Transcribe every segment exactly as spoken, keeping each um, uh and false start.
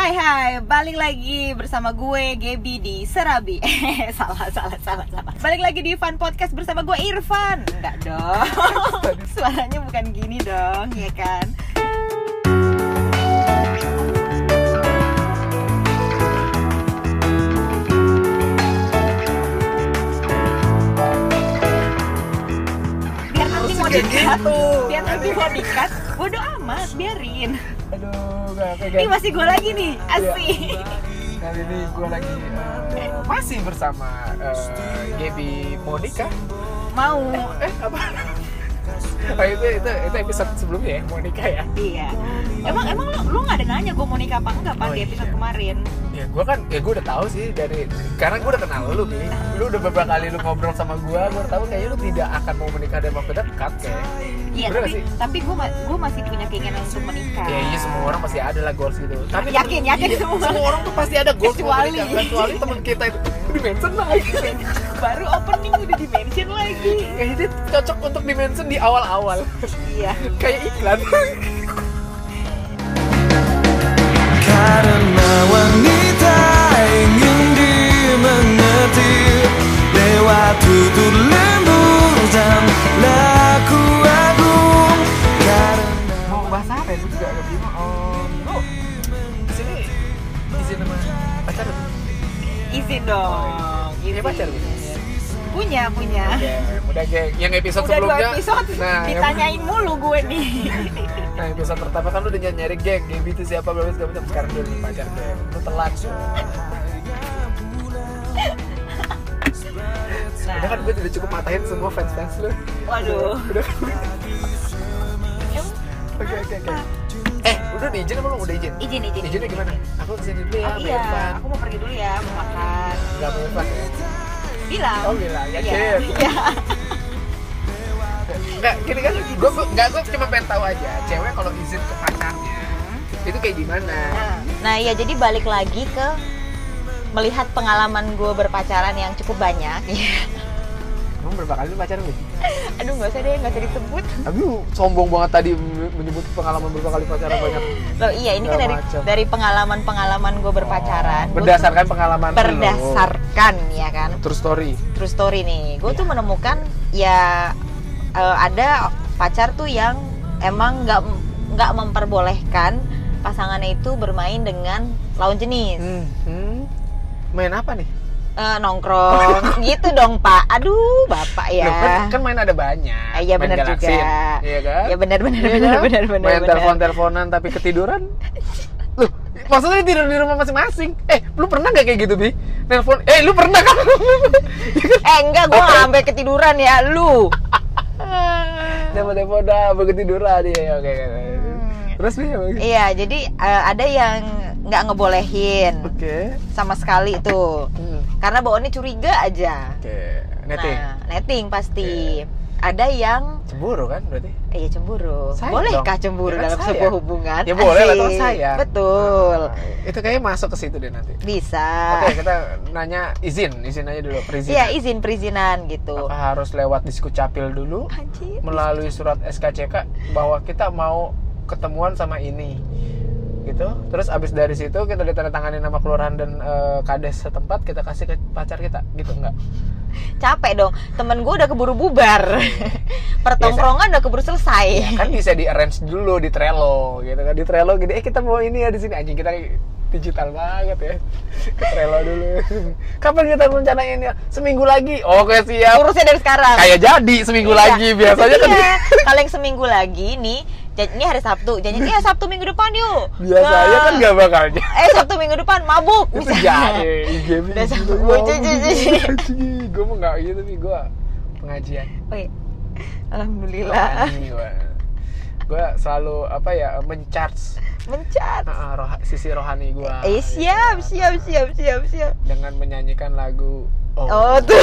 Hai hai, balik lagi bersama gue Gaby di Serabi. salah, salah, salah, salah. Balik lagi di Fun Podcast bersama gue Irfan. Enggak dong. Suaranya bukan gini dong, ya kan? Biar nanti mau dikat, biar nanti mau dikat, bodo amat, biarin. Aduh, gak kayak Ini masih gue lagi nih, asik. Ya. Kali ini gue lagi uh, masih bersama uh, Gaby Monica. Mau? Eh apa? Oh, itu itu itu episode sebelumnya ya, Monica ya. Iya. Emang emang lu lu nggak ada nanya gue mau nikah apa enggak pas Oh, di episode iya. kemarin? Ya gue kan, ya gue udah tahu sih dari karena gue udah kenal lu nih. Lu udah beberapa kali lu ngobrol sama gue, gue udah tahu kayaknya lu tidak akan mau menikah dalam waktu dekat kayak. Iya, Bener tapi gak sih? tapi gue gue masih punya keinginan untuk menikah. Ya iya, semua orang pasti ada lah goals gitu. Tapi Yakin, yakin iya, semua. semua orang tuh pasti ada goals mau Kecuali. menikah. Kecuali teman kita itu dimension lagi. Baru opening udah di-mention lagi. Kayaknya dia cocok untuk dimension di awal-awal. Iya. Kayak iklan. Karena wanita ingin dimengerti lewat tutur lembut dan laku agung. Karena Mau bahas apa ya? Gue juga agak bingung. Oh, lu kesini izin sama pacar tuh? Izin dong. Punya pacar gitu? Punya, punya. Oke, udah kayak yang episode Udah dua sebelumnya. episode Nah, yang- ditanyain mulu gue nih. Nah, episode pertama kan lu udah nyari geng, Gaby itu siapa, belum segala macam. Sekarang udah punya pacar geng. Lu telat. Nah, Udah kan gue udah cukup matahin semua fans-fans lu. waduh. Udah kan. Oke, oke, oke. Eh, udah diizin apa belum? Udah izin? Izin, izin. Izinnya gimana? Aku kesini dulu ya, Oh, sama iya, Irfan. aku mau pergi dulu ya, mau makan. Gak mau Irfan ya? Bilang. Oh bilang, ya Iya. Cip. Iya. Enggak, gini kan, gue enggak, gue cuma pengen tahu aja, cewek kalau izin ke pacarnya itu kayak gimana? Nah, Nah ya jadi balik lagi ke melihat pengalaman gue berpacaran yang cukup banyak. Kamu berapa kali lu pacaran gitu? Aduh nggak usah deh, nggak usah disebut. Tapi lu sombong banget tadi menyebut pengalaman berapa kali pacaran banyak. Loh iya ini kan Segala dari macam. dari pengalaman-pengalaman gue berpacaran. Gua Berdasarkan pengalaman tuh, berdasarkan ya kan. lu. True story. True story nih. Gue tuh menemukan ya eh, ada pacar tuh yang emang nggak nggak memperbolehkan pasangannya itu bermain dengan lawan jenis. Hmm. hmm. Main apa nih? Eh, nongkrong gitu dong Pak. Aduh Bapak ya. Loh, kan, kan main ada banyak. Ah, iya Main benar Galaxy, juga. Iya kan? Ya benar benar Iya benar kan? benar benar. Main benar. telepon-teleponan tapi ketiduran. Loh, maksudnya tidur di rumah masing-masing. Eh, lu pernah gak kayak gitu, Bi? Nelpon, eh lu pernah kan? Eh enggak, gue nggak sampai ketiduran ya, lu. Telepon-telepon dah, ketiduran dia. Oke, oke. Terus Bi, apa? Iya, jadi eh, ada yang nggak ngebolehin Oke. sama sekali tuh, Hmm. karena bawaannya curiga aja. Oke, netting. Nah, netting pasti. Ada yang Cemburu kan berarti? eh ya cemburu. Sayang Bolehkah dong. cemburu Ya kan dalam sayang. sebuah hubungan? Ya boleh lah, Asik. teman saya. Betul. Nah, itu kayaknya masuk ke situ deh nanti. Bisa. Oke, kita nanya izin, izin aja dulu, perizinan. Iya, izin perizinan gitu. Apakah harus lewat diskucapil dulu? Anjir. Melalui surat S K C K bahwa kita mau ketemuan sama ini gitu, terus abis dari situ kita ditandatangani nama kelurahan dan uh, kades setempat, kita kasih ke pacar kita gitu, enggak? Capek dong, temen gue udah keburu bubar. Pertongkrongan udah keburu selesai. Ya kan bisa di arrange dulu di Trello gitu kan, di Trello gini, eh kita mau ini ya di sini, anjing kita digital banget ya, ke Trello dulu. Kapan kita rencanain ya? Seminggu lagi. Oke siap. Urusnya dari sekarang. Kayak jadi seminggu Iya. lagi biasanya kan. Iya. Kalau yang seminggu lagi nih, jan- ini hari Sabtu, janjian iya Sabtu minggu depan yuk. Biasanya Nah, kan nggak bakal jadi. Eh Sabtu minggu depan mabuk. Itu misalnya. jadi I G B Udah gitu. sama- Ya Bocah, ampun, cici. gue mau nggak gitu nih, gue pengajian. Oh, iya. Alhamdulillah. Gue selalu apa ya, mencharge Mencat. uh, roha, sisi rohani gue. Eh siap, siap, siap, siap, siap. Dengan menyanyikan lagu. Oh, tuh.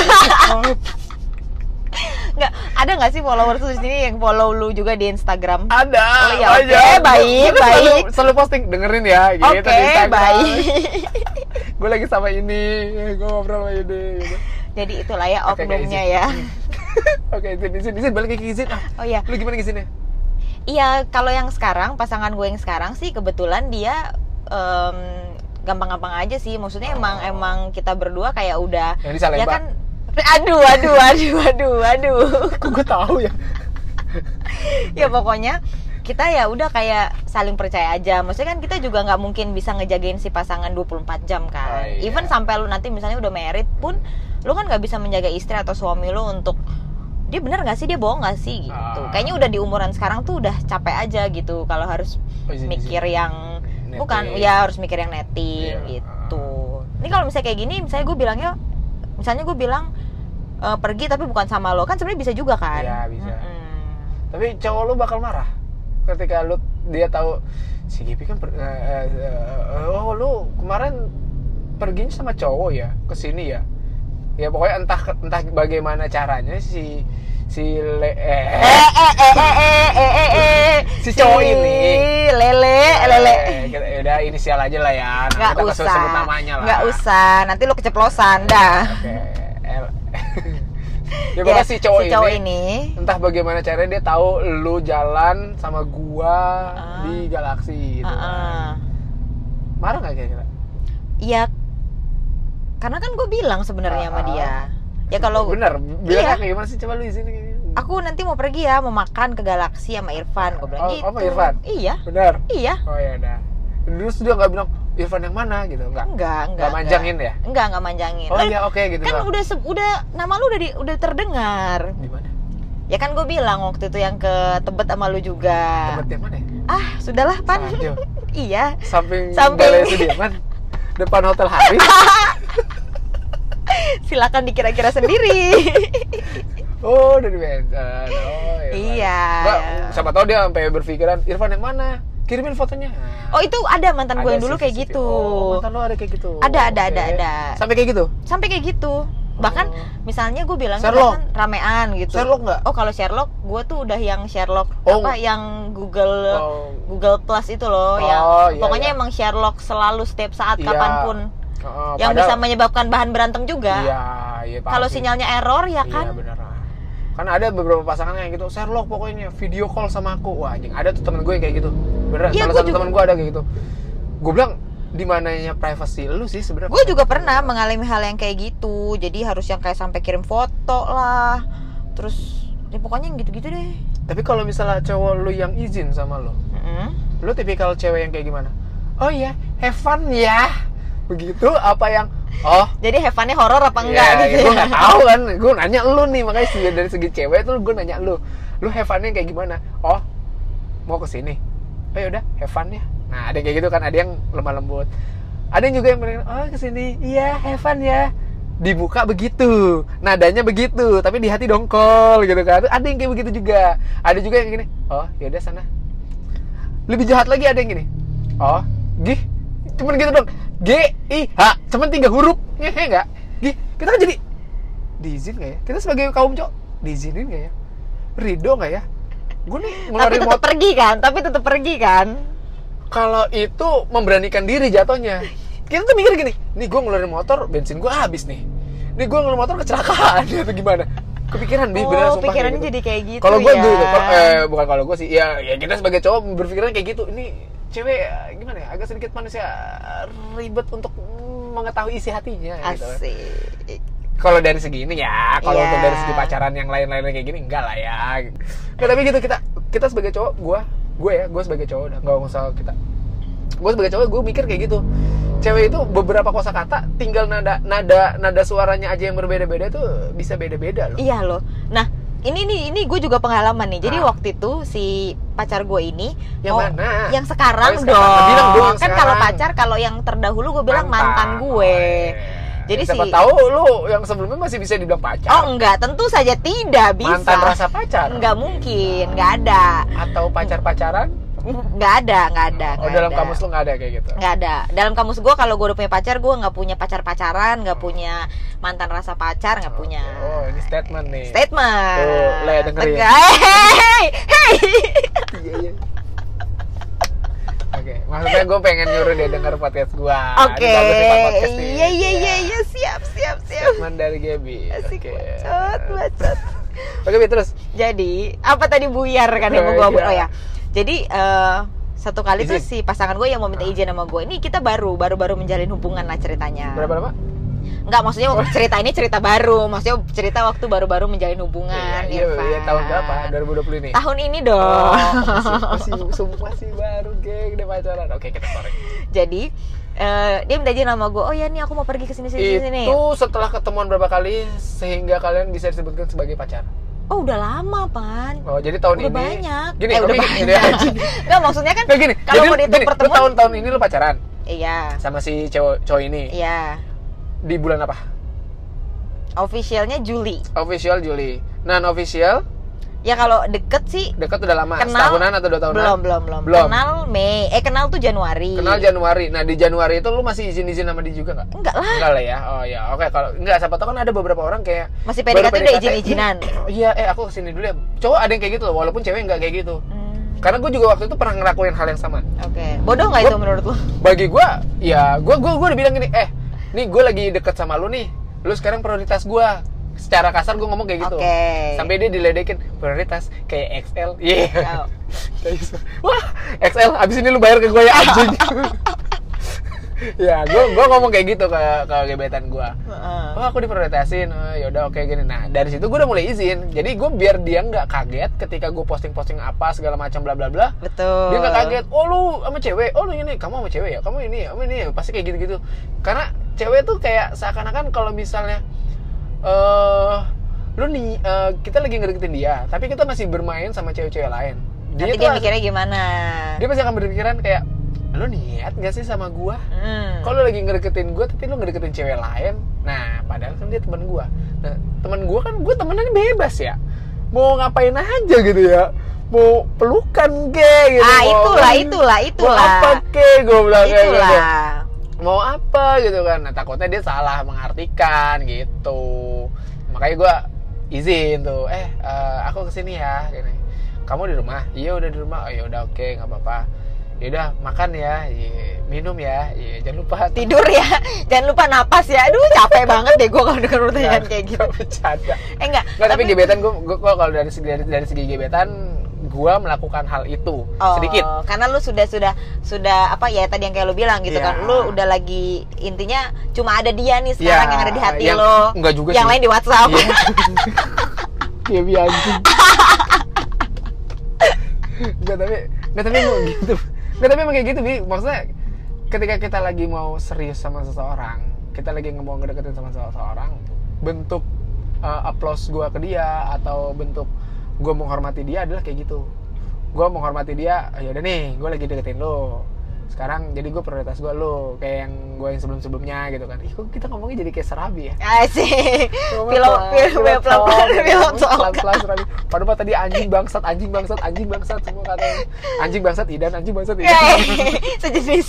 Nggak, ada nggak sih followers tuh di sini yang follow lu juga di Instagram? Ada. Oh, ya, banyak. oke, baik, Gua tuh selalu, baik. selalu posting, dengerin ya gitu Oke, di Instagram. baik. Gue lagi sama ini, gue ngobrol sama ini gitu. Jadi itulah ya Oke, oknumnya guys. ya. Oke, izin, izin, izin, balik ke izin. Ah, Oh iya. lu gimana izinnya? Iya, kalau yang sekarang, pasangan gue yang sekarang sih kebetulan dia em, gampang-gampang aja sih. Maksudnya emang emang kita berdua kayak udah Yang di Salemba. ya kan. Aduh, aduh, aduh, aduh, aduh. Kok gue tahu ya? Ya pokoknya kita ya udah kayak saling percaya aja. Maksudnya kan kita juga nggak mungkin bisa ngejagain si pasangan dua puluh empat jam kan. Oh, iya. Even sampai lu nanti misalnya udah married pun, lu kan nggak bisa menjaga istri atau suami lu untuk dia benar nggak sih, dia bohong nggak sih gitu. Ah. Kayaknya udah di umuran sekarang tuh udah capek aja gitu kalau harus Oh, izin, mikir izin. yang Netting. bukan ya harus mikir yang netting Iya. gitu. Ini kalau misalnya kayak gini, misalnya gue bilangnya, misalnya gue bilang e, pergi tapi bukan sama lo, kan sebenarnya bisa juga kan? Iya, bisa. Mm-mm. Tapi cowok lu bakal marah ketika lu dia tahu si Gipi kan per, eh, eh, oh lu kemarin perginya sama cowok ya ke sini ya. Ya pokoknya entah entah bagaimana caranya si si le, eh, Eh eh eh eh eh eh eh eh si cowok ini lele lele Eh, kita- udah inisial aja lah ya. Nah, nggak kita nggak usah usah sebut namanya lah. nggak usah, nanti lo keceplosan dah. Oke. L- ya pokoknya si cowok, si cowok ini, ini entah bagaimana caranya dia tahu lu jalan sama gua Ah. di galaksi gitu. Ah, kan. ah. Marah nggak kira-kira? Iya, karena kan gue bilang sebenarnya sama Ah, dia. Ya kalau bener, bilang Iya. kayak gimana sih, coba lu di sini. aku nanti mau pergi ya, mau makan ke galaksi sama Irfan, gue bilang Oh, gitu. apa Irfan? Iya, Benar. iya. Oh ya udah. Terus dia nggak bilang Irfan yang mana gitu, enggak? Enggak, enggak. Nggak manjangin enggak. ya? Enggak, enggak manjangin. Oh Lah, iya oke gitu. kan doang. udah se- udah nama lu udah di, udah terdengar. Di mana? Ya kan gue bilang waktu itu yang ke Tebet sama lu juga. Tempat yang mana ya? Ah, sudahlah, Pan. Sajo. Iya. Samping, Samping. Balai Sudirman, depan Hotel Hari. Silakan dikira-kira sendiri. Oh, udah di Bensan. Oh, Irfan. Iya. Nggak, siapa tahu dia sampai berpikiran Irfan yang mana? Kirimin fotonya. Oh, itu ada mantan gue Ada yang dulu sih, kayak sih, sih. gitu. Oh, mantan lo ada kayak gitu. Ada, ada, Oke. ada, ada. Sampai kayak gitu. Sampai kayak gitu. Bahkan Oh. misalnya gue bilang Sherlock? kan ramean gitu. Sherlock nggak? Oh, kalau Sherlock gue tuh udah yang Sherlock Oh. apa yang Google Oh. Google Plus itu loh, Oh, yang iya, pokoknya iya. emang Sherlock selalu setiap saat Iya. kapanpun. Oh, yang padahal- bisa menyebabkan bahan berantem juga. Iya, iya Kalau pasti. sinyalnya error ya kan. Iya bener lah. Kan ada beberapa pasangan yang gitu, Sherlock pokoknya video call sama aku. Wah anjing, ada tuh temen gue yang kayak gitu. Beneran, Iya, salah gue satu juga. temen gue ada kayak gitu. Gue bilang, di mananya privacy lu sih sebenarnya? Gue juga pernah mengalami hal yang kayak gitu. Jadi harus yang kayak sampai kirim foto lah. Terus ya pokoknya yang gitu-gitu deh. Tapi kalau misalnya cowok lu yang izin sama lu, Mm-mm. lu tipikal cewek yang kayak gimana? Oh iya, have fun ya. Begitu apa yang oh Jadi have fun-nya horor apa enggak ya, gitu. gue nggak tahu kan, gue nanya lu nih, makanya segi- dari segi cewek tuh gue nanya lu, lu have fun-nya kayak gimana? Oh mau kesini, oh yaudah have fun ya. Nah ada kayak gitu kan, ada yang lemah lembut, ada yang juga yang bilang oh kesini, iya have fun ya, di muka begitu, nadanya begitu, tapi di hati dongkol gitu kan. Ada yang kayak begitu juga, ada juga yang gini, oh yaudah sana. Lebih jahat lagi ada yang gini, oh gih, cuman gitu dong, G I H, cuman tiga huruf, ngehe nggak? Gih, kita kan jadi diizin nggak ya? Kita sebagai kaum cowok diizinin nggak ya? Ridho nggak ya? Gue nih Tapi ngeluarin tetap motor. pergi kan? Tapi tetap pergi kan? Kalau itu memberanikan diri jatuhnya. Kita tuh mikir gini, nih gue ngeluarin motor, bensin gue habis nih. Nih gue ngeluarin motor kecelakaan atau gimana? Kepikiran nih, Oh, beneran sumpah pikirannya kayak gitu. jadi kayak gitu Kalau gue ya. gitu, kalau- eh bukan kalau gue sih, ya, ya kita sebagai cowok berpikiran kayak gitu. Ini cewek gimana ya? Agak sedikit manusia ribet untuk mengetahui isi hatinya. Gitu. Asik. Kalau dari segi ini ya, kalau Iya. untuk dari segi pacaran yang lain-lain kayak gini enggak lah ya. Nah, tapi gitu kita kita sebagai cowok, gue gue ya, gue sebagai cowok udah nggak usah kita. Gue sebagai cowok gue mikir kayak gitu. Cewek itu beberapa kosakata tinggal nada nada nada suaranya aja yang berbeda-beda tuh bisa beda-beda loh. Iya loh. Nah, ini nih ini gue juga pengalaman nih. Jadi Ah. waktu itu si pacar gue ini Yang oh, mana? Yang sekarang Oh, yang dong. sekarang. Nah, bilang dong yang Kan kalau sekarang. pacar, kalau yang terdahulu gue bilang mantan, gue. Oh, iya. Jadi siapa si- tahu lu yang sebelumnya masih bisa dibilang pacar. Oh enggak, tentu saja tidak bisa. Mantan rasa pacar. Enggak mungkin, enggak ada. Atau pacar-pacaran? Enggak ada, enggak ada. Oh, enggak dalam ada. kamus lu nggak ada kayak gitu. Nggak ada. Dalam kamus gue kalau gue udah punya pacar, gue nggak punya pacar pacaran, nggak punya mantan rasa pacar, nggak punya. Oh, ini statement nih. Statement. Tuh, Le, dengerin. Tegas. Hey, hey. Iya, iya. Oke, maksudnya gue pengen nyuruh dia denger podcast gue. Oke. Iya iya iya iya siap siap siap. Statement dari Gaby. Asik Oke. bacot bacot. Oke, Bi, terus. Jadi apa tadi buyar kan yang Oh, gue iya. oh ya. Jadi eh, Satu kali tuh Izin? si pasangan gue yang mau minta Ah. izin sama gue. Ini kita baru, baru-baru menjalin hubungan lah ceritanya. Berapa lama? Enggak, maksudnya waktu cerita ini cerita baru. Maksudnya cerita waktu baru-baru menjalin hubungan. Iya, Irfan. iya, tahun berapa? dua ribu dua puluh ini. Tahun ini dong. Oh, masih, masih, masih, masih baru, geng, udah pacaran. Oke, kita korek. Jadi eh, dia minta izin sama gue. Oh ya nih aku mau pergi ke sini sini sini. Itu setelah ketemuan berapa kali sehingga kalian bisa disebutkan sebagai pacar? Oh udah lama Pan. Oh, jadi tahun Udah ini banyak. Gini, Eh, udah oke, banyak. gini aja. Enggak, maksudnya kan Nah, gini, kalau jadi, mau dihitung gini, lu pertemuan. tahun-tahun ini lu pacaran Iya. sama si cowok cowok ini Iya. di bulan apa? Officialnya Juli. Official Juli. Non official Ya kalau deket sih dekat udah lama, kenal setahunan atau dua tahunan? belum belum belum. Belum. Kenal Mei. Eh kenal tuh Januari. Kenal Januari. Nah, di Januari itu lu masih izin-izin sama dia juga nggak? Enggak lah. Enggak lah ya. Oh ya, oke, kalau enggak siapa tahu kan ada beberapa orang kayak Masih baru P D K T udah izin-izinan. Iya, eh aku kesini dulu ya. Cowok ada yang kayak gitu loh, walaupun cewek nggak kayak gitu. Hmm, Karena gue juga waktu itu pernah ngelakuin hal yang sama. Oke. Bodoh nggak Gua- itu menurut lu? Bagi gue, ya gue gue gue udah bilang gini, eh, nih gue lagi deket sama lu nih, lu sekarang prioritas gue. Secara kasar gue ngomong kayak gitu. Oke. Sampai dia diledekin prioritas kayak X L. Iya. Oh. Wah, X L. Abis ini lu bayar ke gue ya anjing. Ya, gue gue ngomong kayak gitu ke ke gebetan gue. Heeh. Oh, aku diprioritasin. Oh, yaudah oke gini. Nah, dari situ gue udah mulai izin. Jadi gue biar dia nggak kaget ketika gue posting-posting apa segala macam bla bla bla. Betul. Dia nggak kaget. Oh, lu sama cewek. Oh, lu ini. Kamu sama cewek ya. Kamu ini. Kamu ini. Pasti kayak gitu-gitu. Karena cewek tuh kayak seakan-akan kalau misalnya eh lu nih eh, kita lagi ngedeketin dia, tapi kita masih bermain sama cewek-cewek lain. Nanti tuh dia as- mikirnya gimana? dia pasti akan berpikiran kayak, lu niat gak sih sama gua? Hmm. Kalau lagi ngedeketin gua, tapi lu ngedeketin cewek lain. Nah, padahal kan dia teman gua. Nah, teman gua kan gua temenannya bebas ya. Mau ngapain aja gitu ya. Mau pelukan ke gitu. Ah, mau- itulah, itulah, itulah. Mau apa ke gua bilang kayak gitu. Itulah. Mau apa gitu kan. Nah, takutnya dia salah mengartikan gitu. Makanya gua izin tuh. Eh, eh, aku kesini ya gini. Kamu di rumah? Iya, udah di rumah. Oh, ya udah oke, nggak apa-apa. Yaudah makan ya, iya, minum ya, iya, jangan lupa Tidur ya. Jangan lupa napas ya. Aduh, capek banget deh gue kalau dengar pertanyaan kayak gitu. Bercanda. Eh enggak. Nggak, tapi gebetan gue, gue kalau dari segi dari, dari segi gebetan, gue melakukan hal itu Oh, sedikit. karena lu sudah sudah sudah apa ya tadi yang kayak lu bilang gitu Iya. kan. Lu udah lagi intinya cuma ada dia nih sekarang Iya, yang ada di hati yang- lo. enggak juga Yang sih. lain di WhatsApp. Iya. Iya, bi anjing. Nggak, tapi nggak, tapi mau gitu. Nggak, tapi emang kayak gitu, bi. Maksudnya ketika kita lagi mau serius sama seseorang, kita lagi mau ngedeketin sama seseorang, bentuk uh, applause gue ke dia atau bentuk gue menghormati dia adalah kayak gitu. Gue menghormati dia, ya udah nih, gue lagi deketin lo. Sekarang jadi gue prioritas gue lo, kayak yang gue yang sebelum-sebelumnya gitu kan. Ih, kok kita ngomongnya jadi kayak Serabi ya? Asik. Ngomong Pilot pelan, pilot pelan-pelan pilot talk. pelan-pelan Serabi. Padahal tadi anjing bangsat, anjing bangsat, anjing bangsat semua katanya. Anjing bangsat Idan, anjing bangsat Idan. Eh, sejenis.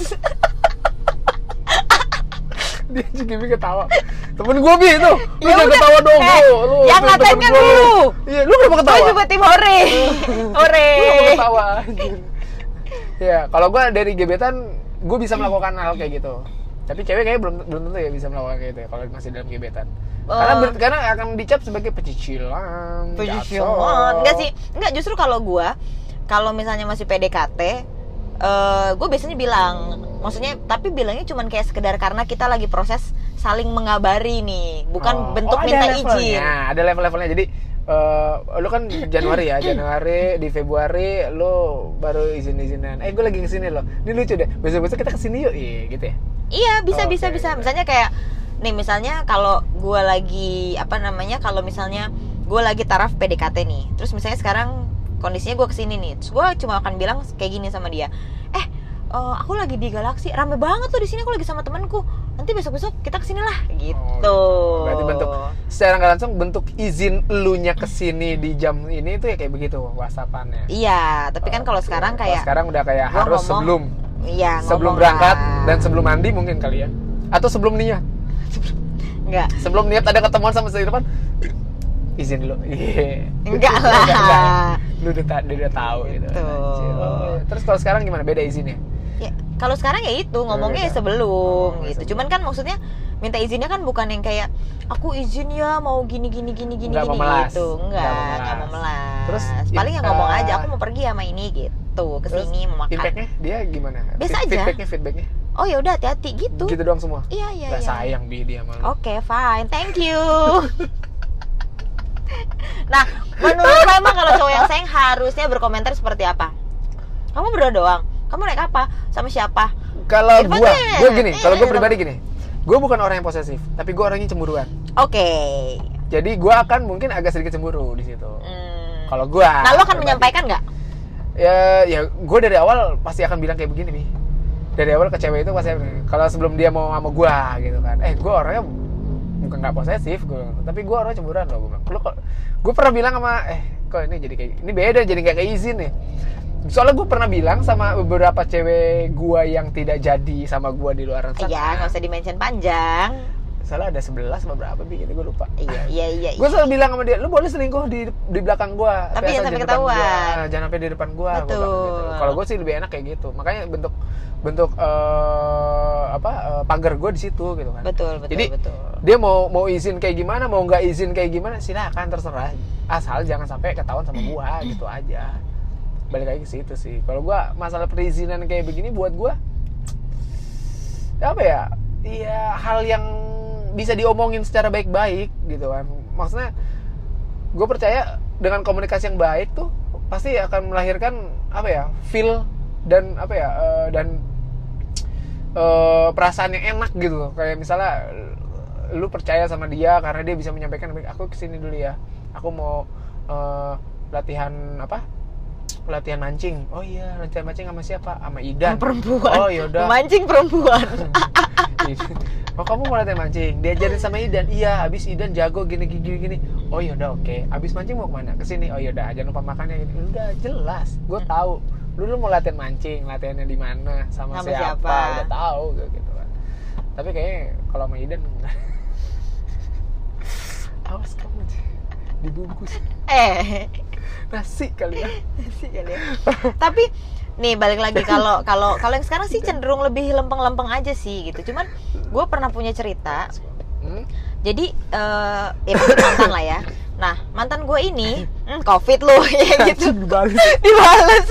Dia anjing Gibi ketawa. Temen gue bi itu. Lu Ya jangan udah. ketawa dong, Eh, lu. Lu yang temen ngatain kan gua, lu. Iya, lu kenapa ketawa? Gue juga tim hore. Hore. Lu kenapa ketawa anjing? Ya, kalau gue dari gebetan, gue bisa melakukan hal kayak gitu. Tapi cewek kayaknya belum belum tentu ya bisa melakukan kayak gitu ya, kalau masih dalam gebetan. Karena Oh. ber- karena akan dicap sebagai pecicilan. Position. gasol. Enggak sih, enggak justru kalau gua kalau misalnya masih P D K T eh gue biasanya bilang, maksudnya tapi bilangnya cuman kayak sekedar karena kita lagi proses saling mengabari nih, bukan Oh. bentuk Oh, ada minta levelnya. izin. Ada level-levelnya. Jadi eh lu kan Januari ya, Januari di Februari lu baru izin-izinan. Eh gue lagi kesini loh. Ini lucu deh. Besok-besok kita kesini yuk, iya gitu ya. Iya, bisa Oh, bisa oke. bisa. Misalnya kayak nih misalnya kalau gua lagi apa namanya? Kalau misalnya gua lagi taraf P D K T nih. Terus misalnya sekarang kondisinya gua kesini nih. Terus gua cuma akan bilang kayak gini sama dia. Eh, eh, aku lagi di Galaxy. Rame banget tuh di sini, aku lagi sama temanku. Nanti besok-besok kita kesini lah gitu. Oh, berarti bentuk secara nggak langsung bentuk izin elunya kesini di jam ini tuh ya kayak begitu WhatsAppannya. Iya, tapi kan kalau Oke. sekarang Kalau kayak sekarang udah kayak gua harus ngomong, sebelum iya, sebelum ngomong berangkat lah. dan sebelum mandi mungkin kali ya. Atau sebelum niat. enggak. Sebelum niat ada ketemuan sama si Irfan. Izin dulu. Iya. Enggak Enggak, enggak. lah. Lu udah, ta- dia udah tahu gitu. Gitu. Anjir. Oh, iya. Terus kalau sekarang gimana? Beda izinnya? Ya, kalau sekarang ya itu ngomongnya ya Beda. sebelum Oh, gitu. sebelum. Cuman kan maksudnya minta izinnya kan bukan yang kayak aku izin ya mau gini gini gini gini Nggak gini memelas. gitu. Enggak, Nggak enggak mau memelas. melas. Terus, paling ya uh, ngomong aja aku mau pergi sama ini gitu, ke Terus, sini mau makan. Impact-nya dia gimana? Biasa Feed- aja. Feedbacknya, feedbacknya. Oh ya udah hati-hati gitu. Gitu doang semua. Iya iya Nggak iya. sayang bi dia malu. Oke, fine. Thank you. Nah, menurut lo emang kalau cowok yang sayang harusnya berkomentar seperti apa? Kamu berdua doang. Kamu naik apa? Sama siapa? Kalau Irfan gua, tuh- gua gini, kalau gua eh, pribadi gini. Gua bukan orang yang posesif, tapi gua orangnya cemburuan. Oke. Jadi gua akan mungkin agak sedikit cemburu di situ. Hmm. Kalau gua. Nah, lo akan pribadi. menyampaikan nggak? Ya, ya gua dari awal pasti akan bilang kayak begini nih. Dari awal ke cewek itu pasti kalau sebelum dia mau sama gua gitu kan. Eh, gua orangnya bukan nggak posesif gua, tapi gua orangnya cemburuan loh gua bilang. Lu kok gua pernah bilang sama eh kok ini jadi kayak ini beda jadi kayak kayak izin nih. Soalnya gue pernah bilang sama beberapa cewek gua yang tidak jadi sama gua di luar sana. Iya, nggak usah di-mention panjang. Salah ada sebelas apa berapa bi gitu gue lupa. Iya, iya, iya. Gue selalu bilang sama dia, lu boleh selingkuh di di belakang gua, Tapi jangan asal sampai di depan gua. ketahuan. Ah, jangan sampai di depan gua. Gua Betul. bilang gitu. Kalau gue sih lebih enak kayak gitu. Makanya bentuk bentuk eh, apa eh, pagar gue di situ gitu kan. Betul, betul, Jadi betul. dia mau mau izin kayak gimana, mau nggak izin kayak gimana, silakan terserah. Asal jangan sampai ketahuan sama gua gitu aja. Balik lagi ke situ sih. Kalau gua masalah perizinan kayak begini buat gua apa ya? Iya hal yang bisa diomongin secara baik-baik gitu kan. Maksudnya gue percaya dengan komunikasi yang baik tuh pasti akan melahirkan apa ya? Feel dan apa ya? Uh, dan uh, perasaan yang enak gitu. Kayak misalnya lu percaya sama dia karena dia bisa menyampaikan aku kesini dulu ya. Aku mau uh, latihan apa? Latihan mancing. Oh iya, latihan mancing sama siapa? Sama Idan. Perempuan. Oh yaudah. Mancing perempuan. Oh kamu mau latihan mancing? Diajarin sama Idan. Iya, abis Idan jago gini gini gini. Oh yaudah oke. Okay. Abis mancing mau kemana? Kesini. Oh yaudah, jangan lupa makannya. Gini. Udah jelas. Gue tahu. Lu, lu mau latihan mancing, latihannya di mana, sama, Sama siapa? siapa? Udah tahu gitu kan. Tapi kayaknya kalau sama Idan awas kamu dibungkus eh. nasi kali ya. Sih kali ya. Tapi nih balik lagi kalau kalau kalau yang sekarang sih cenderung lebih lempeng-lempeng aja sih gitu. Cuman gue pernah punya cerita. Hmm? Jadi eh ya mungkin mantan lah ya. Nah mantan gue ini hmm, covid loh ya gitu. Dibales. Dibales.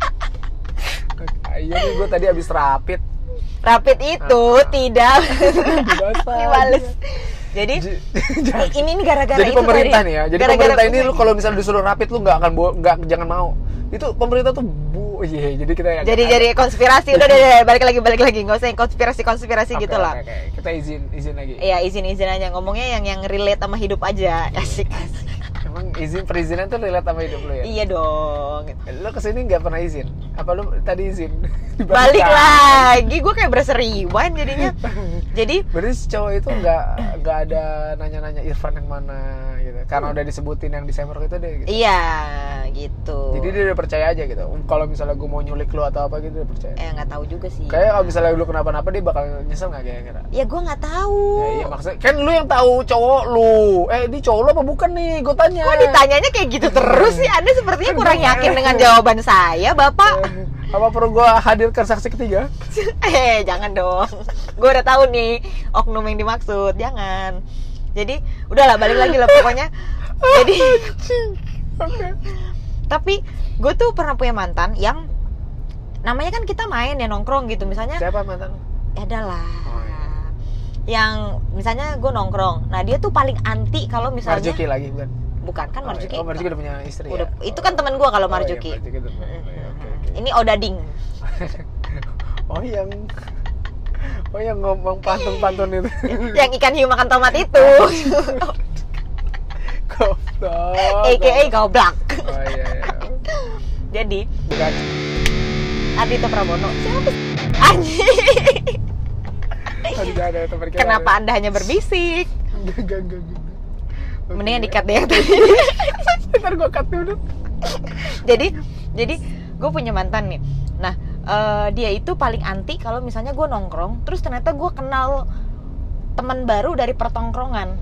Iya nih gue tadi habis rapid. Rapid itu Ah. tidak Dibales. dibales. Jadi Jangan. ini ini gara-gara Jadi itu pemerintah tadi. nih ya. Jadi Gara-gara- pemerintah ini lu kalau misalnya disuruh rapid lu nggak akan bo- nggak jangan mau. Itu pemerintah tuh bu, iya. Jadi kita jadi jadi konspirasi udah deh, deh balik lagi balik lagi nggak usah yang konspirasi konspirasi Oke, gitu lah. oke, oke. Kita izin izin lagi. Iya izin izin aja ngomongnya yang yang relate sama hidup aja asik. Emang izin perizinan tuh relate sama hidup lu ya? Iya dong. Lu kesini nggak pernah izin? Apa lu tadi izin? Balik lagi, gue kayak berasa rewind jadinya. Jadi Berarti si cowok itu nggak nggak ada nanya-nanya Irfan yang mana gitu, karena udah disebutin yang di Semrok itu deh. Gitu. iya gitu. Jadi dia udah percaya aja gitu. Kalau misalnya gue mau nyulik lu atau apa gitu dia percaya. eh nggak tahu juga sih. Kayak kalau misalnya lu kenapa-napa dia bakal nyesel nggak kira-kira? Ya gue nggak tahu. Ya, iya maksudnya kan lu yang tahu cowok lu. Eh ini cowok lu apa bukan nih? Gue tanya. Kok ditanyanya kayak gitu terus sih? Anda sepertinya kurang yakin dengan jawaban saya, Bapak. Eh, apa perlu gue hadirkan saksi ketiga? Eh, jangan dong. Gue udah tahu nih oknum yang dimaksud. Jangan. Jadi, udahlah balik lagi lah pokoknya. Jadi, Oke. tapi gue tuh pernah punya mantan yang namanya kan kita main ya nongkrong gitu misalnya. Siapa mantan lu? Ya adalah. Oh, iya. Yang misalnya gue nongkrong. Nah, dia tuh paling anti kalau misalnya Marjuki lagi bukan? bukan kan Marjuki. Oh, Marjuki udah punya istri Udah, ya? itu kan teman gue kalau Oh, iya, Marjuki. Marjuki udah punya- oh, iya, oke, oke. Ini Odading. Oh yang Oh yang ngomong pantun-pantun itu. Yang ikan hiu makan tomat itu. Goblok. A K A goblok. Oh iya iya. Jadi, Bukan. Ardhito Pramono. Siapa sih? Anjing. Aduh, jangan ada teman kita. Kenapa Anda hanya berbisik? Enggak enggak enggak. enggak. Oke. Mendingan di-cut deh yang tadi. Ntar gue cut dulu. Jadi, jadi gue punya mantan nih. Nah, eh, dia itu paling anti kalau misalnya gue nongkrong, terus ternyata gue kenal teman baru dari pertongkrongan.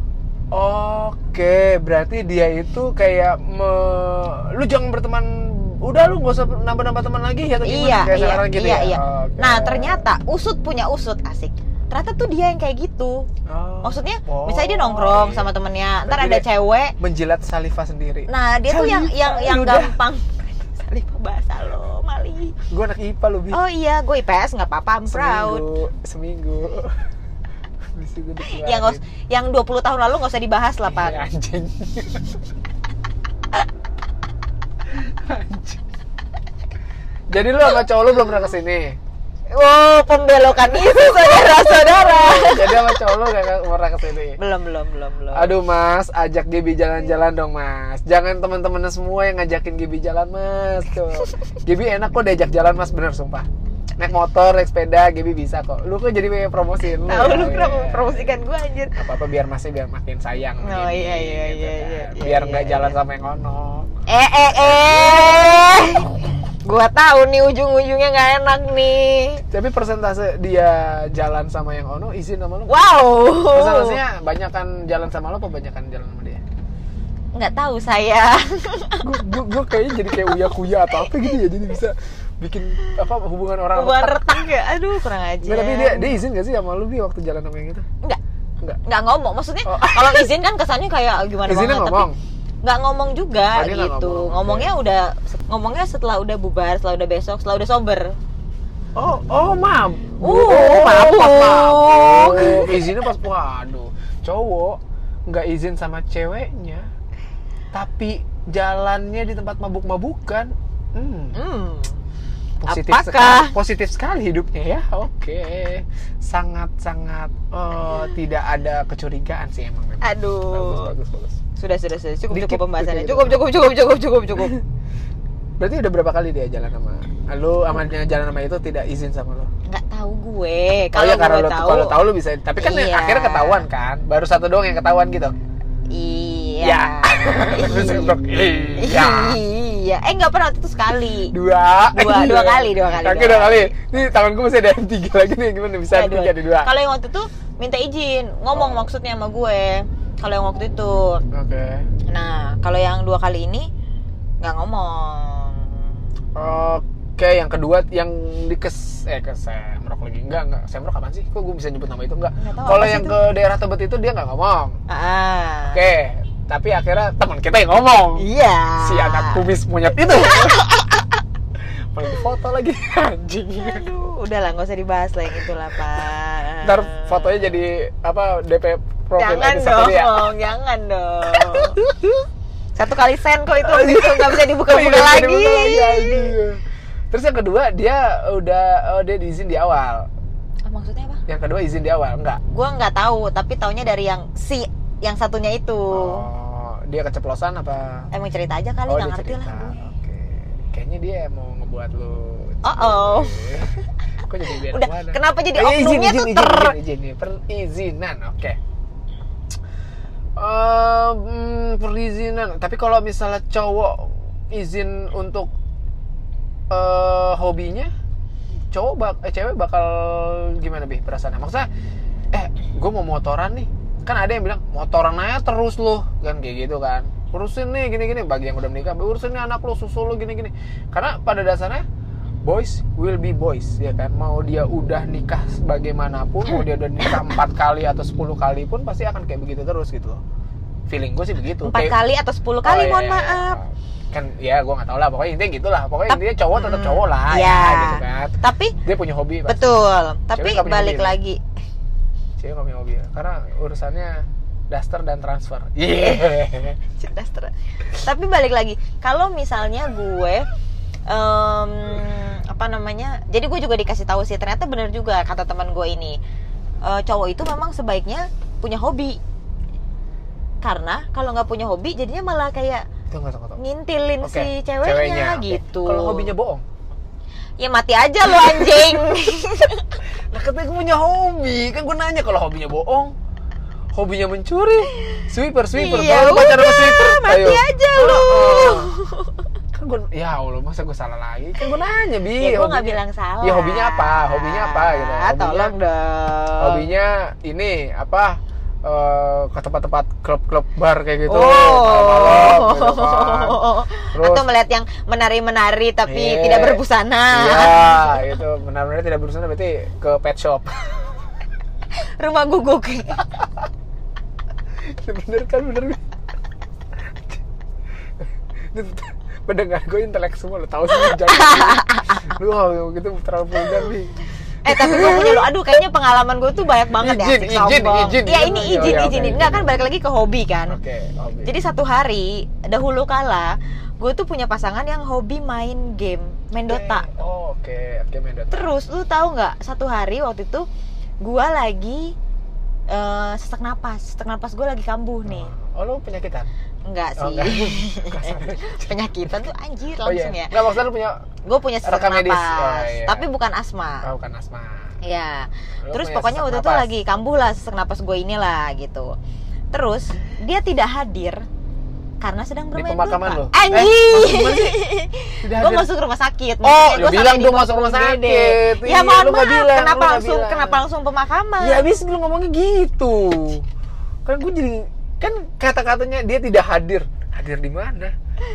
Oke, berarti dia itu kayak me... lu jangan berteman udah lu nggak usah nambah-nambah teman lagi atau gimana Iya, kayak iya, sekarang gitu iya, ya? iya. Oke. Nah, ternyata usut punya usut, asik. Ternyata tuh dia yang kayak gitu. Oh. Maksudnya, Oh, misalnya dia nongkrong iya. sama temennya, ntar Berarti ada dia cewek. menjilat saliva sendiri. Nah, dia tuh yang Saliva, yang yang udah. gampang. Saliva bahasa lo, Mali. Gue anak I P A lu, Bi. Oh iya, gue I P S nggak apa-apa, I'm proud. Seminggu, seminggu. Di situ dikeluarin. Yang nggak us- yang dua puluh tahun lalu nggak usah dibahas lah, Pan. Iya, anjing. Anjing. Jadi lu sama cowok lu belum pernah kesini? Wow, pembelokan itu saudara-saudara. Jadi sama cowok lu gak pernah kesini? Belum, belum, belum, belum. Aduh mas, ajak Gaby jalan-jalan dong mas. Jangan teman-teman semua yang ngajakin Gaby jalan mas. Tuh. Gaby enak kok diajak jalan mas, bener sumpah. Naik motor, naik sepeda, Gaby bisa kok. Lu kok jadi pengen promosiin lu. Tahu ya? lu kenapa promosikan gue anjir? Apa-apa biar masih biar makin sayang. Oh, Gaby, iya, iya, gitu iya, kan. iya, iya, Biar iya, nggak iya. jalan sama yang ono. Eh, eh, eh. Gua tahu nih ujung-ujungnya nggak enak nih. Tapi persentase dia jalan sama yang ono izin sama lu? Wow. Persentasenya banyakan jalan sama lu apa banyakan jalan sama dia? Nggak tahu saya. Gue gue kayaknya jadi kayak uya-kuya atau apa gitu ya, jadi bisa bikin apa hubungan orang Hubungan retak. retak ya. Aduh, kurang aja. Nggak, tapi dia dia izin gak sih sama lu Bi waktu jalan sama yang itu? Nggak. Enggak. Nggak ngomong. Maksudnya Oh. kalau izin kan kesannya kayak gimana Izinnya banget. ngomong. Tapi nggak ngomong juga Oh, dia nggak gitu. ngomong, oke. Ngomongnya udah ngomongnya setelah udah bubar, setelah udah besok, setelah udah sober. Oh, oh mab. Uh, pas mabuk. mabuk. Izinnya pas waduh. Cowok nggak izin sama ceweknya, tapi jalannya di tempat mabuk-mabukan. Hmm. Hmm. Positif Apakah? sekali, positif sekali hidupnya ya. Oke, sangat sangat oh, tidak ada kecurigaan sih emang. memang. Aduh. Bagus bagus bagus. Sudah, sudah, sudah. Cukup, Dikit, cukup pembahasannya. dikit. Cukup, cukup, cukup, cukup, cukup, cukup. Berarti udah berapa kali dia jalan sama lu, sama yang jalan sama itu tidak izin sama lu? Nggak tau gue. Oh Kalau ya karena gue lu tahu. kalau tahu lu bisa, tapi kan Iya. akhirnya ketahuan kan. Baru satu doang yang ketahuan gitu. Iya. Terus untuk iya. Iya. Eh nggak pernah waktu itu sekali. Dua. Dua, Iya. dua kali, dua kali, Oke, dua dua kali. Ini tangan gue masih ada yang tiga lagi nih, gimana bisa Nggak, tiga di dua? Kalau yang waktu itu minta izin, ngomong Oh. maksudnya sama gue. Kalau yang waktu itu. Oke. Nah, kalau yang dua kali ini nggak ngomong. Oke, yang kedua yang di kes eh ke Semrok lagi enggak enggak Semrok apaan sih? Kok gue bisa nyebut nama itu enggak? Nggak tahu, Kalau apa sih yang itu? ke daerah Tebet itu dia nggak ngomong. Ah. Oke, tapi akhirnya teman kita yang ngomong. Iya. Si anak kumis monyet itu. Paling foto lagi anjing. Aduh, udahlah nggak usah dibahas lah yang itulah, Pak. Ntar fotonya jadi apa D P profil Jangan aja satu dong, dia. jangan dong. Satu kali sen kok itu, itu nggak bisa Oh, dibuka-buka iya, lagi. dibuka lagi, anjing. Terus yang kedua dia udah oh, dia diizin di awal. Ah, maksudnya apa? Yang kedua izin di awal enggak? Gue nggak tahu, tapi taunya dari yang si yang satunya itu. Oh, dia keceplosan apa? Emang cerita aja kali, Oh, nggak dia ngerti cerita. lah gue. Oke. Kayaknya dia mau ngebuat lu. Oh, oh. Kok jadi biar Udah, kemana? kenapa jadi Eh, izin, oknumnya izin, tuh izin, ter... izin, izin, izin, perizinan, oke. Eh, hmm, perizinan. Tapi kalau misalnya cowok izin untuk eh hobinya, cowok bak eh, cewek bakal gimana Bi perasaannya? Maksudnya, eh, gue mau motoran nih. Kan ada yang bilang motoran aja terus loh, kan kayak gitu kan. Urusin nih gini-gini, bagi yang udah menikah, urusin nih anak lo, susu lo gini-gini. Karena pada dasarnya boys will be boys, ya kan. Mau dia udah nikah bagaimanapun, mau dia udah nikah empat kali atau sepuluh kali pun pasti akan kayak begitu terus gitu loh. Feeling gue sih begitu. Empat Kayak- kali atau sepuluh Oh, kali, iya, mohon iya, maaf. iya. Kan ya gue nggak tahu lah, pokoknya intinya gitulah. Pokoknya Tap- intinya cowok tetap cowok lah, Iya. ya gitu kan. Tapi Dia punya hobi pasti. betul, tapi nggak punya balik hobi, lagi. Cewek nggak punya hobi ya, karena urusannya daster dan transfer. Iya. Cerdas ter- Tapi balik lagi, kalau misalnya gue em, apa namanya? Jadi gue juga dikasih tahu sih, ternyata benar juga kata teman gue ini. Eh, cowok itu memang sebaiknya punya hobi. Karena kalau nggak punya hobi jadinya malah kayak Itu nggak tahu, nggak tahu. ngintilin Oke, si ceweknya, oke. gitu. Kalau hobinya bohong, Ya mati aja lo anjing. nah katanya gue punya hobi, kan gue nanya kalau hobinya bohong, hobinya mencuri, sweeper sweeper, Iya kalau lu pacaran sama udah, sweeper, mati ayo. aja Oh, lu. oh. Kan gue, ya Allah, masa gue salah lagi? Kan gue nanya Bi, Ya gue nggak hobinya- bilang salah. Ya hobinya apa? Hobinya apa gitu? Ah, Hobinya- tolong dong. Hobinya ini apa? uh, ke tempat-tempat klub-klub bar kayak gitu, Oh. malam-malam, gitu kan. Terus, Atau melihat yang menari-menari tapi Iya. tidak berbusana. iya, itu benar-benar tidak berusaha berarti ke pet shop. Rumah guguk. Bener kan, bener. Pendengar gue intelek semua, lo tau sih jangan. Lu oh, gitu terlalu vulgar nih. Eh tapi gue punya lo, aduh kayaknya pengalaman gue tuh banyak banget ya. Izin, asik izin, sombong. izin, Ya izin. ini Oh, izin, iya, izin. oke, Enggak oke. kan balik lagi ke hobi kan. Oke, hobi. Jadi satu hari, dahulu kala, gue tuh punya pasangan yang hobi main game, main Dota. Oh, oke, oke main Dota. Terus lu tahu nggak, satu hari waktu itu gue lagi eh, sesak napas, sesak napas gue lagi kambuh nih. Oh, lu penyakitan? Enggak Oh, sih. enggak. Penyakitan tuh anjir Oh langsung iya. ya. Enggak, maksudnya lu punya Gue punya sesak rekam medis. napas, Oh, iya. tapi bukan asma. oh, bukan asma. Iya. Lu Terus punya pokoknya sesak waktu itu napas. lagi kambuh lah sesak napas gue inilah gitu. Terus dia tidak hadir karena sedang Di bermain pemakaman Dota. lu? Anjing. Eh, maksud gimana sih? Tidak Gue hadir. masuk rumah sakit. Oh, Maksudnya lu gua bilang sampai gua di masuk rumah Bojonegede. sakit. Ya Iya, mohon lu nggak maaf, bilang, kenapa lu nggak langsung bilang. kenapa langsung pemakaman? Ya habis lu ngomongnya gitu. Kan gue jadi kan kata-katanya dia tidak hadir. Hadir di mana?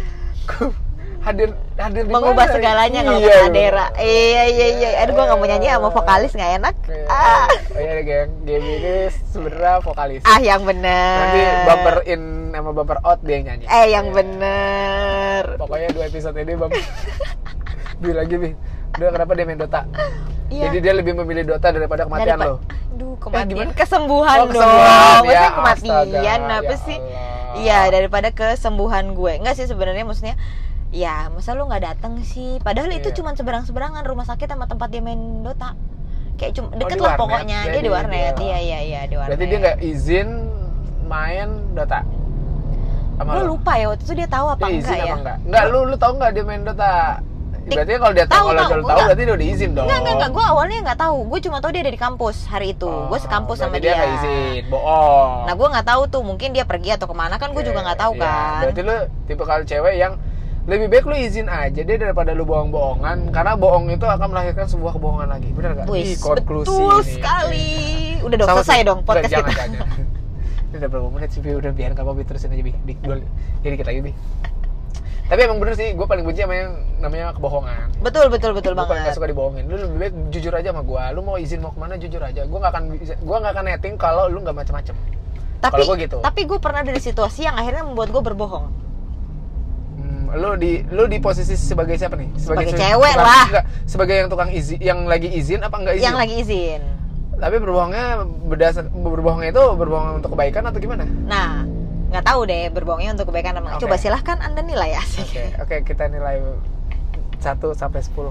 hadir hadir di Mengubah mana? segalanya kalau Iya, kata bener. Adera. Iya iya iya. Aduh gue nggak mau nyanyi sama vokalis nggak enak. Oke. Ah, Oh iya geng, game ini sebenarnya vokalis. ah yang bener. Nanti bumper in sama bumper out dia yang nyanyi. Eh yang Iya. bener. Pokoknya dua episode ini bang. Bi lagi bi. Udah kenapa dia main Dota? Iya. Jadi dia lebih memilih Dota daripada kematian Daripada- lo. Aduh kematian. gimana? Kesembuhan Oh, dong. kesembuhan. Maksudnya Ya, kematian astaga, apa ya sih? Allah. Iya daripada kesembuhan gue. Enggak sih sebenarnya maksudnya. Ya masa lu nggak datang sih? Padahal itu Iya. cuma seberang-seberangan rumah sakit sama tempat dia main Dota. Kayak cuma deket di lah warnet. pokoknya. Dia Jadi di warnet. dia- Iya iya iya di warnet. Berarti dia nggak izin main Dota. Sama Gue lo? lupa ya waktu itu dia tahu apa Dia enggak izin ya? apa enggak? Enggak, lu lu tahu enggak dia main Dota? Berarti kalau dia tahu, tahu, kalau tahu, dia tahu enggak. berarti dia udah izin dong. Enggak, enggak, enggak. Gue awalnya nggak tahu. Gue cuma tahu dia ada di kampus hari itu. Oh, Gue sekampus sama berarti dia. dia nggak izin, bohong. Nah, gue nggak tahu tuh. Mungkin dia pergi atau kemana kan? Gue Oke, juga nggak tahu iya. kan. Berarti lu tipe kalau cewek yang lebih baik lu izin aja deh daripada lu bohong-bohongan, karena bohong itu akan melahirkan sebuah kebohongan lagi. Benar nggak? Wih, Ih, konklusi betul nih. sekali. Udah dong, Sama selesai sih. dong podcast Udah, kita. jangan, jangan, jangan. Ini udah berapa menit sih, Bi? Udah biarin nggak apa-apa, terusin aja, Bi. Di, dua, ya dikit lagi, Bi. Tapi emang bener sih, gue paling benci sama yang namanya kebohongan. Betul, betul, betul Gue paling gak banget. suka dibohongin. Lu lebih baik jujur aja sama gue. Lu mau izin mau kemana jujur aja. Gue gak akan bisa, gue gak akan netting kalau lu gak macem-macem. Tapi, Kalau gua gitu. tapi gue pernah ada di situasi yang akhirnya membuat gue berbohong. Hmm, lu di lu di posisi sebagai siapa nih? Sebagai se- cewek tukang- lah. Enggak, sebagai yang tukang izin, yang lagi izin apa enggak izin? Yang lagi izin. Tapi berbohongnya berdasar berbohongnya itu berbohong untuk kebaikan atau gimana? Nah, nggak tahu deh berbohongnya untuk kebaikan apa. Oke. Coba silahkan anda nilai ya. Oke, oke kita nilai satu sampai sepuluh.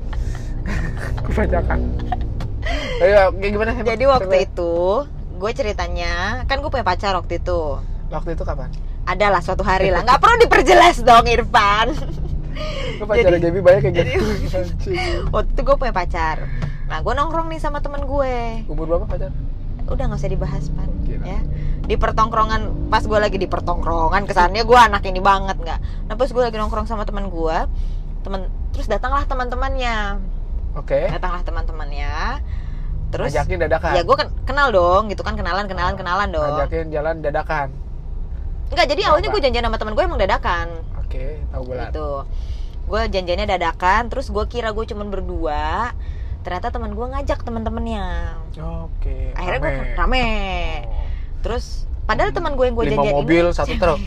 Kebanyakan. Ayo, kayak gimana? Hebat? Jadi waktu Coba. itu gue ceritanya kan gue punya pacar waktu itu. Waktu itu kapan? Adalah suatu hari lah. Nggak perlu diperjelas dong Irfan. Lu pacar Jadi- Gaby banyak kayak gitu. Waktu itu gue punya pacar. Nah gue nongkrong nih sama temen gue. Umur berapa pacar? Udah nggak usah dibahas pan. Gila. Ya. Di pertongkrongan pas gue lagi di pertongkrongan kesannya gue anak ini banget nggak. Nah pas gue lagi nongkrong sama temen gue, temen terus datanglah teman-temannya. Oke. Datanglah teman-temannya. Terus Ngajakin dadakan. ya gue kan kenal dong gitu kan, kenalan kenalan kenalan dong. Ngajakin jalan dadakan. Enggak, jadi awalnya Apa? gue janjian sama temen gue emang dadakan Oke, tahu bulan. gitu. Gue janjiannya dadakan, terus gue kira gue cuman berdua, ternyata teman gue ngajak teman-temannya. Oke. Akhirnya gue rame. rame. Oh. Terus padahal teman gue yang gue Lima janjian mobil, ini satu truk.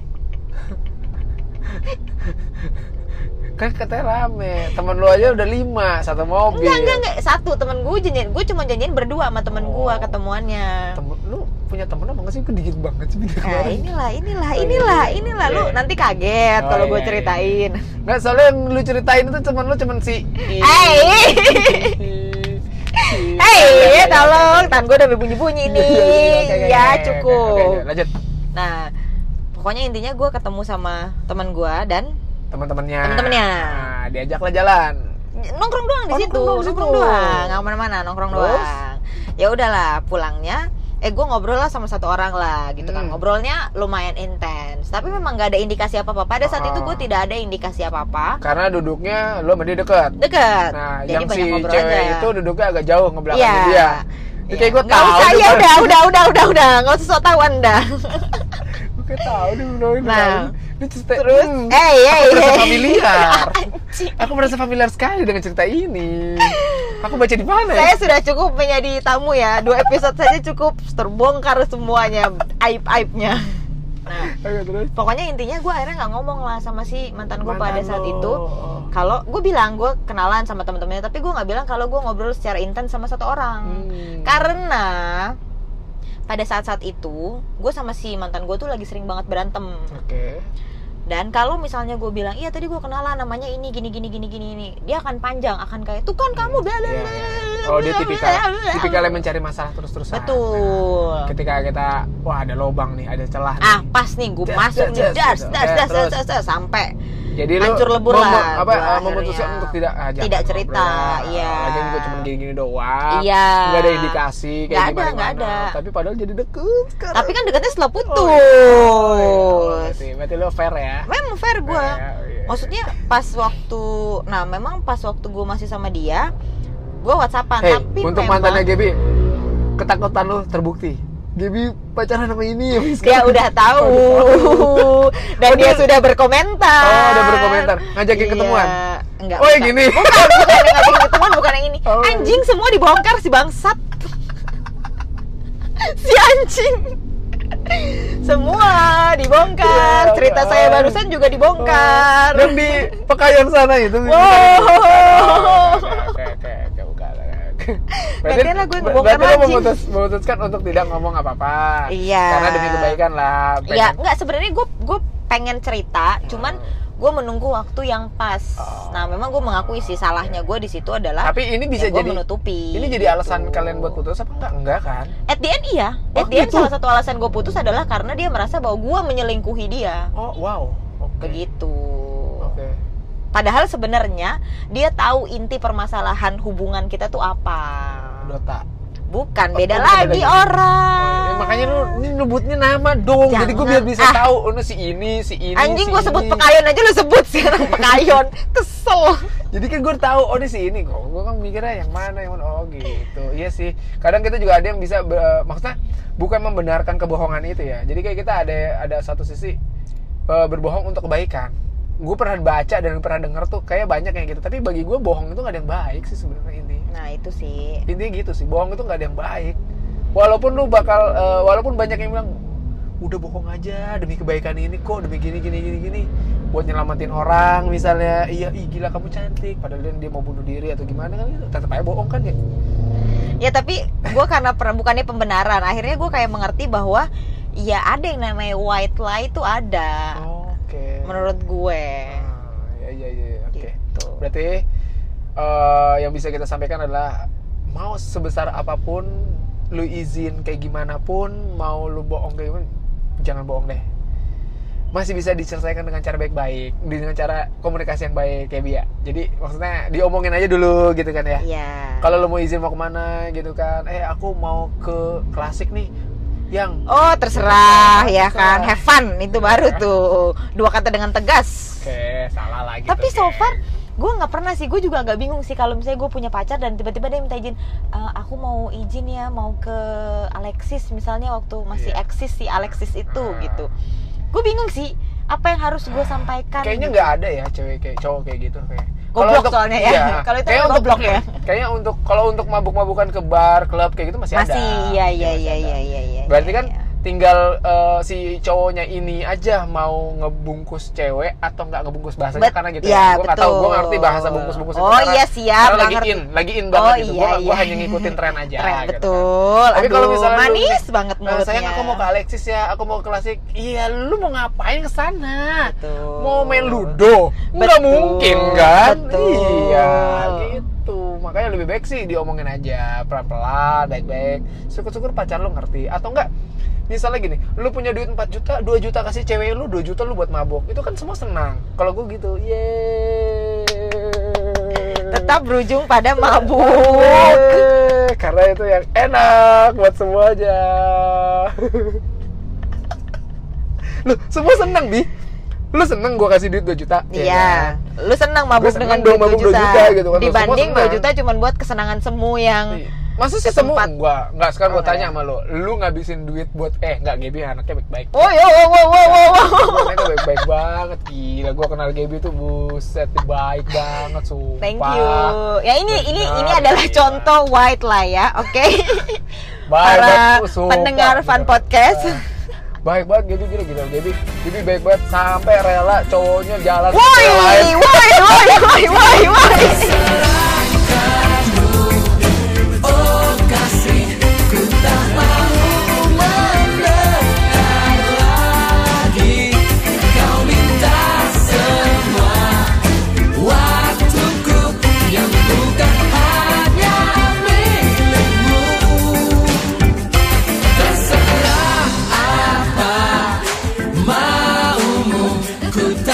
Kan katanya rame. Temen lu aja udah lima, satu mobil. Enggak, enggak, enggak, satu temen gue janjian, gue cuma janjian berdua sama temen gue Oh. ketemuannya. Temen, lu punya temen apa nggak sih? Kok dikit banget sih. Nah inilah, inilah, Oh, iya, inilah, iya. inilah lu Iya. nanti kaget Oh, kalau iya, gue iya. ceritain. Nggak, soalnya yang lu ceritain itu temen lu cuman si Hei, hei, tolong, tan gue udah bunyi-bunyi nih, Oke, oke, ya oke, cukup. oke, oke, lanjut. Nah, pokoknya intinya gue ketemu sama teman gue dan Teman-temannya. Temen-temennya. Nah, diajaklah jalan. nongkrong doang di Oh, situ, nongkrong doang di nongkrong situ. doang, nggak kemana-mana, nongkrong Terus? doang. Ya udahlah, pulangnya, eh gue ngobrol lah sama satu orang lah, gitu kan. Hmm. Ngobrolnya lumayan intens, tapi memang nggak ada indikasi apa-apa. Pada saat Ah. itu gue tidak ada indikasi apa-apa. Karena duduknya lu sama dia deket. Deket, Nah, jadi yang banyak si ngobrol cewek aja. itu duduknya agak jauh ngebelakangin Iya. dia. Ya, kayak gue Nggak tahu. usah, ya udah, udah, udah, udah, udah, nggak usah sok tahuan dah. Gue kayak tahu nih udah ini. Nah, ini cerita. terus, hmm, eh, eh, aku merasa eh. familiar. Anjing. Aku merasa familiar sekali dengan cerita ini. Aku baca di mana ya? Saya sudah cukup menjadi tamu ya. Dua episode saja cukup terbongkar semuanya aib-aibnya. Nah, Oke, terus. pokoknya intinya gue akhirnya nggak ngomong lah sama si mantan gue Mantan pada saat lo. itu. Kalau gue bilang gue kenalan sama teman-temannya, tapi gue nggak bilang kalau gue ngobrol secara intens sama satu orang. Hmm. Karena pada saat-saat itu gue sama si mantan gue tuh lagi sering banget berantem. Oke. Dan kalau misalnya gue bilang, iya tadi gue kenalan namanya ini gini gini gini gini ini, dia akan panjang, akan kayak tuh kan kamu bla bla Iya, bla, iya. bla, Oh, dia bla, tipikal bla, bla. tipikal yang mencari masalah terus-terusan. Betul. Nah, ketika kita wah ada lobang nih, ada celah nih. Ah pas nih gue Das, masuk das, nih das, das gitu. das Oke, das terus. das das sampai Jadi lu hancur lebur mem- lah apa gua eh, memutuskan akhirnya. untuk tidak ah, jangan Tidak cerita, ngobrol. iya. Lagi gue cuma gini-gini doang. Iya. Nggak ada indikasi kayak Nggak ada, gimana. nggak ada. Tapi padahal jadi deket sekarang. Tapi kan deketnya setelah putus. Oh, iya. Oh, berarti, berarti lu fair ya. Memang fair gue. Fair ya, iya. Maksudnya pas waktu, nah memang pas waktu gue masih sama dia, gue whatsappan. Hey, tapi untuk memang mantannya Gaby, ketakutan lu terbukti. Gaby pacaran sama ini ya, dia udah tahu dan Oh, dia, dia- sudah berkomentar. Oh, udah berkomentar. Ngajakin Iya. ketemuan? Enggak. Oh, yang bukan. gini? Bukan, bukan yang ngajakin ketemuan, bukan yang ini. Oh. Anjing semua dibongkar si bangsat. Si anjing. Semua dibongkar. Ya, Cerita ya. saya barusan juga dibongkar. Yang di Pekayon sana itu. Wow. Oke, oke, oke, bukan. Gantian lah gue ngebongkar berarti lo lagi. memutus, memutuskan untuk tidak ngomong apa-apa. Iya. Karena demi kebaikan lah. Ya, pengen- enggak sebenarnya gue gue pengen cerita, cuman gue menunggu waktu yang pas. Oh. Nah, memang gue mengakui sih salahnya gue di situ adalah. Tapi ini bisa ya gua jadi menutupi. Ini jadi alasan kalian buat putus apa enggak? Enggak kan? At the end iya. Oh, At the end gitu? salah satu alasan gue putus adalah karena dia merasa bahwa gue menyelingkuhi dia. Oh, wow. Oke. Begitu. Oke. Padahal sebenarnya dia tahu inti permasalahan hubungan kita tuh apa. Dota. Bukan, Oh, beda oh, lagi beda lagi. orang. Oh, ya, makanya lu ini nyebutnya nama dong. Jadi gue Jangan. biar bisa Ah. tahu oh, si ini, si ini. Anjing si gue sebut ini. Pekayon aja lu sebut sekarang Pekayon. Kesel. Jadi kan gue tahu oh ini si ini kok. Gue kan mikirnya yang mana yang mana oh gitu. Iya sih. Kadang kita juga ada yang bisa be- maksudnya bukan membenarkan kebohongan itu ya. Jadi kayak kita ada ada satu sisi uh, berbohong untuk kebaikan. Gue pernah baca dan pernah denger tuh kayak banyak yang gitu. Tapi bagi gue bohong itu nggak ada yang baik sih sebenarnya ini. Nah, itu sih. Intinya gitu sih. Bohong itu nggak ada yang baik. Walaupun lu bakal uh, walaupun banyak yang bilang udah bohong aja demi kebaikan ini kok demi gini gini gini gini buat nyelamatin orang misalnya iya ih gila kamu cantik padahal dia, dia mau bunuh diri atau gimana kan gitu tetap aja bohong kan ya. Ya tapi gue karena per, bukannya pembenaran, akhirnya gue kayak mengerti bahwa ya ada yang namanya white lie itu ada. Oke. Menurut gue. Ah, ya ya ya oke. Gitu. Berarti eh, yang bisa kita sampaikan adalah mau sebesar apapun lu izin kayak gimana pun mau lu bohong kayak gimana jangan bohong deh. Masih bisa diselesaikan dengan cara baik-baik, dengan cara komunikasi yang baik kayak Bia. Jadi maksudnya diomongin aja dulu gitu kan ya. Iya. Kalau lu mau izin mau kemana gitu kan, eh aku mau ke klasik nih, yang Oh terserah ya Terserah. kan, have fun itu baru tuh dua kata dengan tegas. oke salah lagi. Tapi tuh, so Ken. far gue nggak pernah sih, gue juga agak bingung sih kalau misalnya gue punya pacar dan tiba-tiba dia minta izin, "E, aku mau izin ya mau ke Alexis misalnya waktu masih Iya. eksis si Alexis itu Ah. gitu. Gue bingung sih apa yang harus gue sampaikan. Kayaknya gitu. nggak ada ya cewek kayak cowok kayak gitu kayak. Goblok Kalau untuk- soalnya ya. iya, Kalau itu kayaknya emang untuk- goblok ya. Kayaknya untuk kalau untuk mabuk-mabukan ke bar, klub kayak gitu masih, ada. Masih iya iya Masih iya ada. iya iya. iya, Berarti iya, kan iya. tinggal eh, si cowoknya ini aja mau ngebungkus cewek atau nggak ngebungkus bahasanya Bet- karena gitu ya, ya. Gue nggak tahu, gue betul. ngerti bahasa bungkus-bungkus itu Oh, karena, iya, siap, karena nggak lagi ngerti. in, lagi in banget Oh, gitu. iya, Gue iya. hanya ngikutin tren aja. Keren, gitu betul. Kan. Tapi kalau Aduh, misalnya lu manis nih, banget "Eh, mulutnya. sayang aku mau ke Alexis ya, aku mau ke klasik." Iya, lu mau ngapain ke sana? Betul. Mau main ludo? Nggak Betul. mungkin kan? Betul. Iya, gitu. Makanya lebih baik sih diomongin aja pelan-pelan, baik-baik. Syukur-syukur pacar lu ngerti. Atau enggak, misalnya gini, lu punya duit empat juta, dua juta kasih cewek lu, dua juta lu buat mabok. Itu kan semua senang. Kalau gue gitu, yeay. Tetap berujung pada mabuk. Yeay. Karena itu yang enak buat semuanya. Lu semua senang, Bi. Lu seneng gue kasih duit dua juta. ya Iya, kan? lu senang mabuk Gua seneng dengan dong duit mabuk dua dua juta, juta gitu kan. Lu dibanding semua dua senang. juta cuma buat kesenangan semu yang Iya. Masa sih temu? Kesempat. Enggak, enggak sekarang Oh, gue tanya enggak sama lo. Lu ngabisin duit buat eh enggak Gaby anaknya baik-baik. Oh, yo, wow, wow, wow, wow, wow. Anaknya baik-baik banget gila. Gue kenal Gaby tuh buset baik banget sumpah. Thank you. Ya ini ini Benar, ini adalah gila. contoh white lah ya, oke? Baik Para banget, sumpah. pendengar Fun Bener. Podcast. Baik banget Gaby gila gila Gaby. Gaby baik banget sampai rela cowoknya jalan ke Woi, cewek lain. woi, woi, woi, woi, woi. Oh kasih, ku tak mau mendengar lagi. Kau minta semua waktuku yang bukan hanya milikmu. Terserah apa maumu, ku